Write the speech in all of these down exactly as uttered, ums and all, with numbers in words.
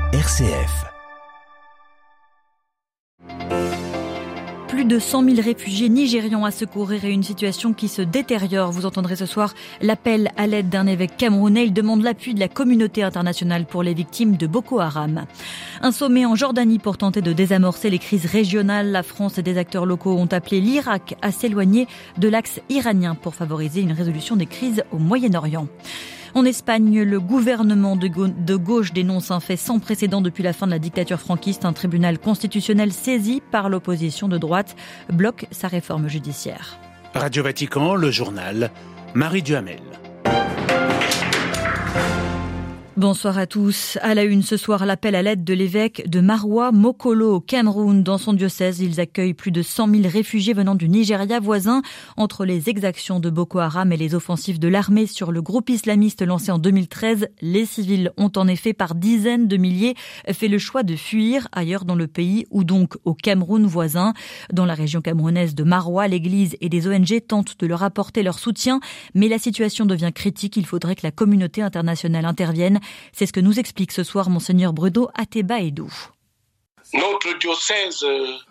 R C F. Plus de cent mille réfugiés nigérians à secourir et une situation qui se détériore. Vous entendrez ce soir l'appel à l'aide d'un évêque camerounais. Il demande l'appui de la communauté internationale pour les victimes de Boko Haram. Un sommet en Jordanie pour tenter de désamorcer les crises régionales. La France et des acteurs locaux ont appelé l'Irak à s'éloigner de l'axe iranien pour favoriser une résolution des crises au Moyen-Orient. En Espagne, le gouvernement de gauche dénonce un fait sans précédent depuis la fin de la dictature franquiste. Un tribunal constitutionnel saisi par l'opposition de droite bloque sa réforme judiciaire. Radio Vatican, le journal, Marie Duhamel. Bonsoir à tous. À la une ce soir, l'appel à l'aide de l'évêque de Maroua Mokolo au Cameroun. Dans son diocèse, ils accueillent plus de cent mille réfugiés venant du Nigeria voisin. Entre les exactions de Boko Haram et les offensives de l'armée sur le groupe islamiste lancé en deux mille treize, les civils ont en effet par dizaines de milliers fait le choix de fuir ailleurs dans le pays ou donc au Cameroun voisin. Dans la région camerounaise de Maroua, l'église et des O N G tentent de leur apporter leur soutien, mais la situation devient critique. Il faudrait que la communauté internationale intervienne. C'est ce que nous explique ce soir Monseigneur Bruno Atebaedou. Notre diocèse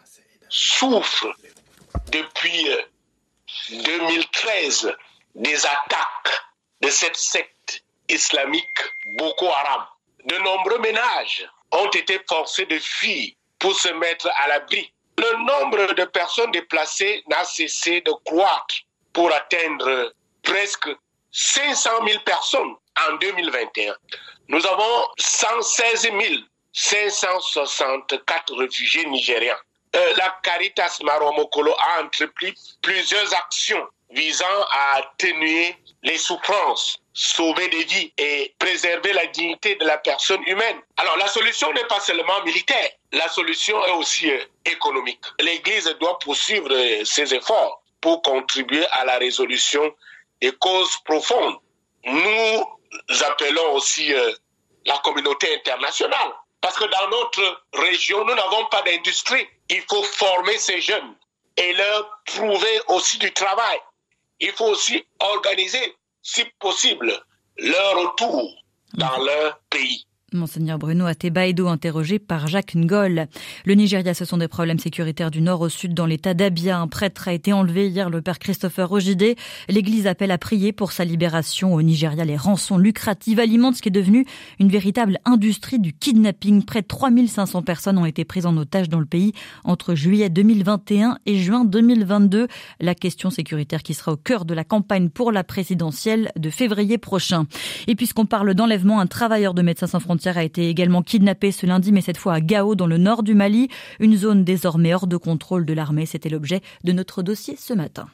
souffre depuis deux mille treize des attaques de cette secte islamique Boko Haram. De nombreux ménages ont été forcés de fuir pour se mettre à l'abri. Le nombre de personnes déplacées n'a cessé de croître pour atteindre presque cinq cent mille personnes en deux mille vingt et un. Nous avons cent seize mille cinq cent soixante-quatre réfugiés nigériens. Euh, la Caritas Maroua Mokolo a entrepris plusieurs actions visant à atténuer les souffrances, sauver des vies et préserver la dignité de la personne humaine. Alors la solution n'est pas seulement militaire, la solution est aussi euh, économique. L'Église doit poursuivre euh, ses efforts pour contribuer à la résolution des causes profondes. Nous appelons aussi euh, la communauté internationale. Parce que dans notre région, nous n'avons pas d'industrie. Il faut former ces jeunes et leur trouver aussi du travail. Il faut aussi organiser, si possible, leur retour dans leur pays. Monseigneur Bruno Atebaedou, interrogé par Jacques Ngol. Le Nigeria, ce sont des problèmes sécuritaires du nord au sud dans l'état d'Abia. Un prêtre a été enlevé hier, le père Christopher Ojide. L'église appelle à prier pour sa libération. Au Nigeria, les rançons lucratives alimentent ce qui est devenu une véritable industrie du kidnapping. Près de trois mille cinq cents personnes ont été prises en otage dans le pays entre juillet deux mille vingt et un et juin deux mille vingt-deux. La question sécuritaire qui sera au cœur de la campagne pour la présidentielle de février prochain. Et puisqu'on parle d'enlèvement, un travailleur de Médecins sans frontières a été également kidnappé ce lundi, mais cette fois à Gao, dans le nord du Mali. Une zone désormais hors de contrôle de l'armée. C'était l'objet de notre dossier ce matin.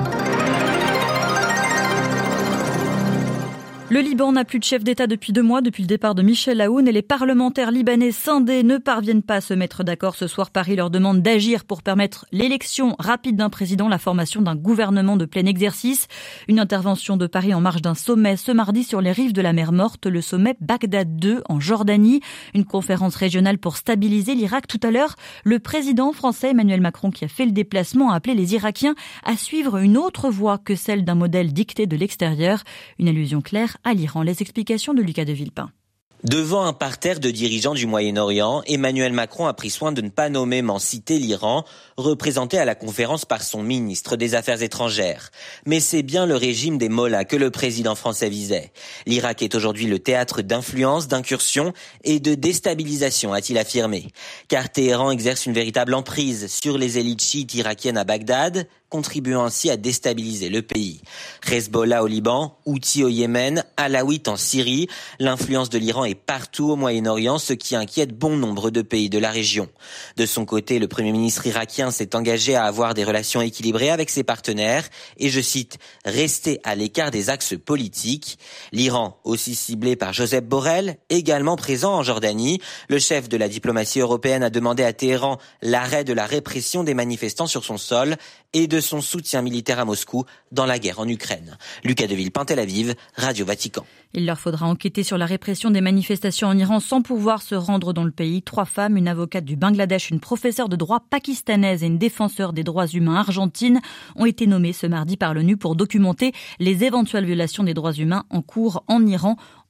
Le Liban n'a plus de chef d'État depuis deux mois, depuis le départ de Michel Aoun, et les parlementaires libanais scindés ne parviennent pas à se mettre d'accord. Ce soir, Paris leur demande d'agir pour permettre l'élection rapide d'un président, la formation d'un gouvernement de plein exercice. Une intervention de Paris en marge d'un sommet ce mardi sur les rives de la mer Morte, le sommet Bagdad deux en Jordanie. Une conférence régionale pour stabiliser l'Irak. Tout à l'heure, le président français Emmanuel Macron, qui a fait le déplacement, a appelé les Irakiens à suivre une autre voie que celle d'un modèle dicté de l'extérieur. Une allusion claire à l'Iran. Les explications de Lucas de Villepin. Devant un parterre de dirigeants du Moyen-Orient, Emmanuel Macron a pris soin de ne pas nommément citer l'Iran, représenté à la conférence par son ministre des Affaires étrangères. Mais c'est bien le régime des mollahs que le président français visait. L'Irak est aujourd'hui le théâtre d'influence, d'incursion et de déstabilisation, a-t-il affirmé. Car Téhéran exerce une véritable emprise sur les élites chiites irakiennes à Bagdad, contribuant ainsi à déstabiliser le pays. Hezbollah au Liban, Houthi au Yémen, Alaouite en Syrie, l'influence de l'Iran est partout au Moyen-Orient, ce qui inquiète bon nombre de pays de la région. De son côté, le Premier ministre irakien s'est engagé à avoir des relations équilibrées avec ses partenaires et, je cite, « rester à l'écart des axes politiques ». L'Iran, aussi ciblé par Joseph Borrell, également présent en Jordanie. Le chef de la diplomatie européenne a demandé à Téhéran l'arrêt de la répression des manifestants sur son sol et de son soutien militaire à Moscou dans la guerre en Ukraine. Lucas de Villepin, Tel Aviv, Radio Vatican. Il leur faudra enquêter sur la répression des manifestations en Iran sans pouvoir se rendre dans le pays. Trois femmes, une avocate du Bangladesh, une professeure de droit pakistanaise et une défenseure des droits humains argentine ont été nommées ce mardi par l'ONU pour documenter les éventuelles violations des droits humains en cours en Iran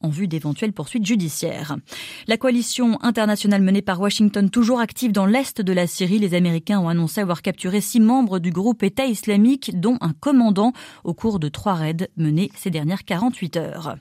en vue d'éventuelles poursuites judiciaires. La coalition internationale menée par Washington, toujours active dans l'est de la Syrie, les Américains ont annoncé avoir capturé six membres du groupe État islamique, dont un commandant, au cours de trois raids menés ces dernières quarante-huit heures.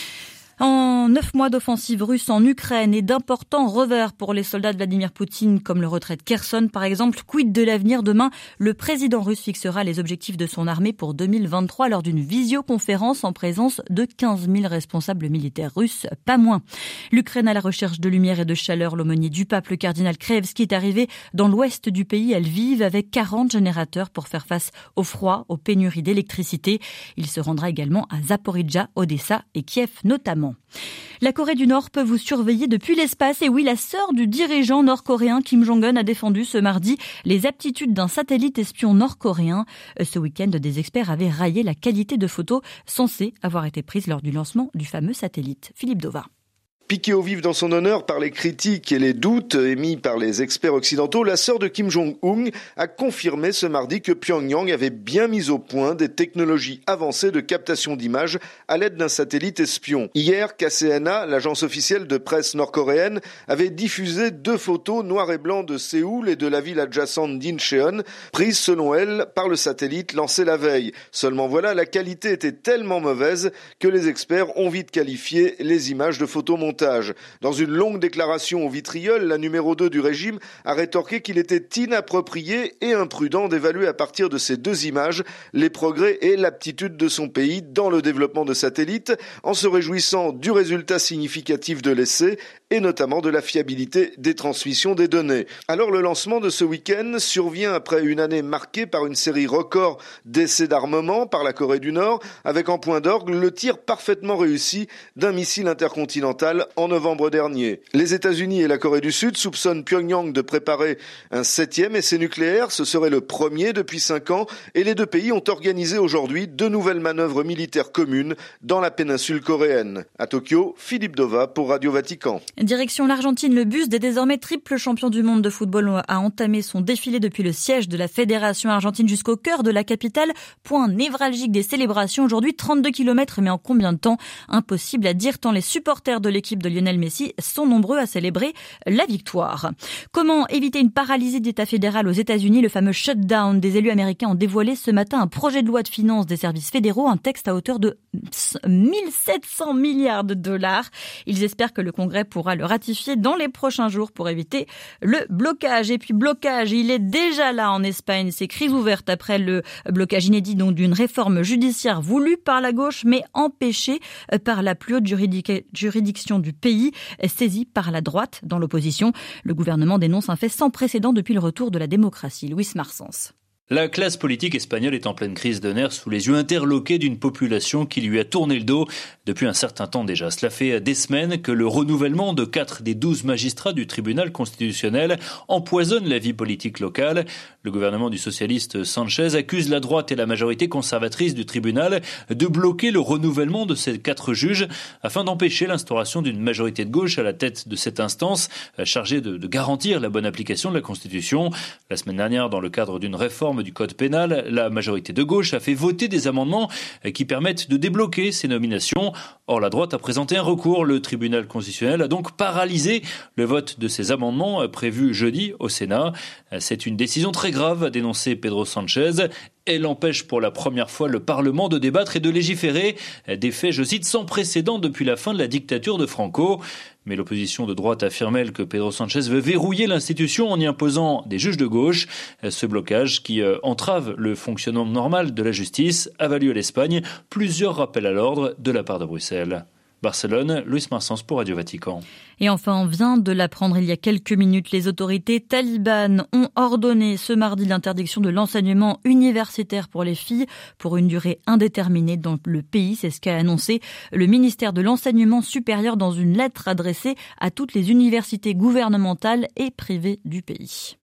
En neuf mois d'offensive russe en Ukraine et d'importants revers pour les soldats de Vladimir Poutine, comme le retrait de Kherson par exemple, quid de l'avenir demain? Le président russe fixera les objectifs de son armée pour deux mille vingt-trois lors d'une visioconférence en présence de quinze mille responsables militaires russes, pas moins. L'Ukraine à la recherche de lumière et de chaleur, l'aumônier du pape, le cardinal Krevski, est arrivé dans l'ouest du pays, à Lviv, avec quarante générateurs pour faire face au froid, aux pénuries d'électricité. Il se rendra également à Zaporijjia, Odessa et Kiev notamment. La Corée du Nord peut vous surveiller depuis l'espace. Et oui, la sœur du dirigeant nord-coréen Kim Jong-un a défendu ce mardi les aptitudes d'un satellite espion nord-coréen. Ce week-end, des experts avaient raillé la qualité de photos censées avoir été prises lors du lancement du fameux satellite. Philippe Dova. Piquée au vif dans son honneur par les critiques et les doutes émis par les experts occidentaux, la sœur de Kim Jong-un a confirmé ce mardi que Pyongyang avait bien mis au point des technologies avancées de captation d'images à l'aide d'un satellite espion. Hier, K C N A, l'agence officielle de presse nord-coréenne, avait diffusé deux photos noir et blanc de Séoul et de la ville adjacente d'Incheon, prises selon elle par le satellite lancé la veille. Seulement voilà, la qualité était tellement mauvaise que les experts ont vite qualifié les images de photomontage. Dans une longue déclaration au vitriol, la numéro deux du régime a rétorqué qu'il était inapproprié et imprudent d'évaluer à partir de ces deux images les progrès et l'aptitude de son pays dans le développement de satellites, en se réjouissant du résultat significatif de l'essai et notamment de la fiabilité des transmissions des données. Alors le lancement de ce week-end survient après une année marquée par une série record d'essais d'armement par la Corée du Nord, avec en point d'orgue le tir parfaitement réussi d'un missile intercontinental en novembre dernier. Les États-Unis et la Corée du Sud soupçonnent Pyongyang de préparer un septième essai nucléaire. Ce serait le premier depuis cinq ans et les deux pays ont organisé aujourd'hui deux nouvelles manœuvres militaires communes dans la péninsule coréenne. À Tokyo, Philippe Dova pour Radio Vatican. Direction l'Argentine, le bus des désormais triples champions du monde de football a entamé son défilé depuis le siège de la Fédération argentine jusqu'au cœur de la capitale. Point névralgique des célébrations aujourd'hui, trente-deux kilomètres, mais en combien de temps? Impossible à dire tant les supporters de l'équipe de Lionel Messi sont nombreux à célébrer la victoire. Comment éviter une paralysie d'État fédéral aux États-Unis? Le fameux shutdown des élus américains ont dévoilé ce matin un projet de loi de finances des services fédéraux, un texte à hauteur de mille sept cents milliards de dollars. Ils espèrent que le Congrès pourra le ratifier dans les prochains jours pour éviter le blocage. Et puis blocage, il est déjà là en Espagne. C'est crise ouverte après le blocage inédit donc d'une réforme judiciaire voulue par la gauche mais empêchée par la plus haute juridic- juridiction du pays, saisie par la droite dans l'opposition. Le gouvernement dénonce un fait sans précédent depuis le retour de la démocratie. Luis Marsens. La classe politique espagnole est en pleine crise de nerfs sous les yeux interloqués d'une population qui lui a tourné le dos depuis un certain temps déjà. Cela fait des semaines que le renouvellement de quatre des douze magistrats du tribunal constitutionnel empoisonne la vie politique locale. Le gouvernement du socialiste Sanchez accuse la droite et la majorité conservatrice du tribunal de bloquer le renouvellement de ces quatre juges afin d'empêcher l'instauration d'une majorité de gauche à la tête de cette instance chargée de, de garantir la bonne application de la Constitution. La semaine dernière, dans le cadre d'une réforme du code pénal, la majorité de gauche a fait voter des amendements qui permettent de débloquer ces nominations. Or, la droite a présenté un recours. Le tribunal constitutionnel a donc paralysé le vote de ces amendements prévus jeudi au Sénat. C'est une décision très grave, a dénoncé Pedro Sanchez. Elle empêche pour la première fois le Parlement de débattre et de légiférer. Des faits, je cite, sans précédent depuis la fin de la dictature de Franco. Mais l'opposition de droite affirme, elle, que Pedro Sanchez veut verrouiller l'institution en y imposant des juges de gauche. Ce blocage, qui entrave le fonctionnement normal de la justice, a valu à l'Espagne plusieurs rappels à l'ordre de la part de Bruxelles. Barcelone, Luis Marsens pour Radio Vatican. Et enfin, on vient de l'apprendre il y a quelques minutes, les autorités talibanes ont ordonné ce mardi l'interdiction de l'enseignement universitaire pour les filles pour une durée indéterminée dans le pays. C'est ce qu'a annoncé le ministère de l'Enseignement supérieur dans une lettre adressée à toutes les universités gouvernementales et privées du pays.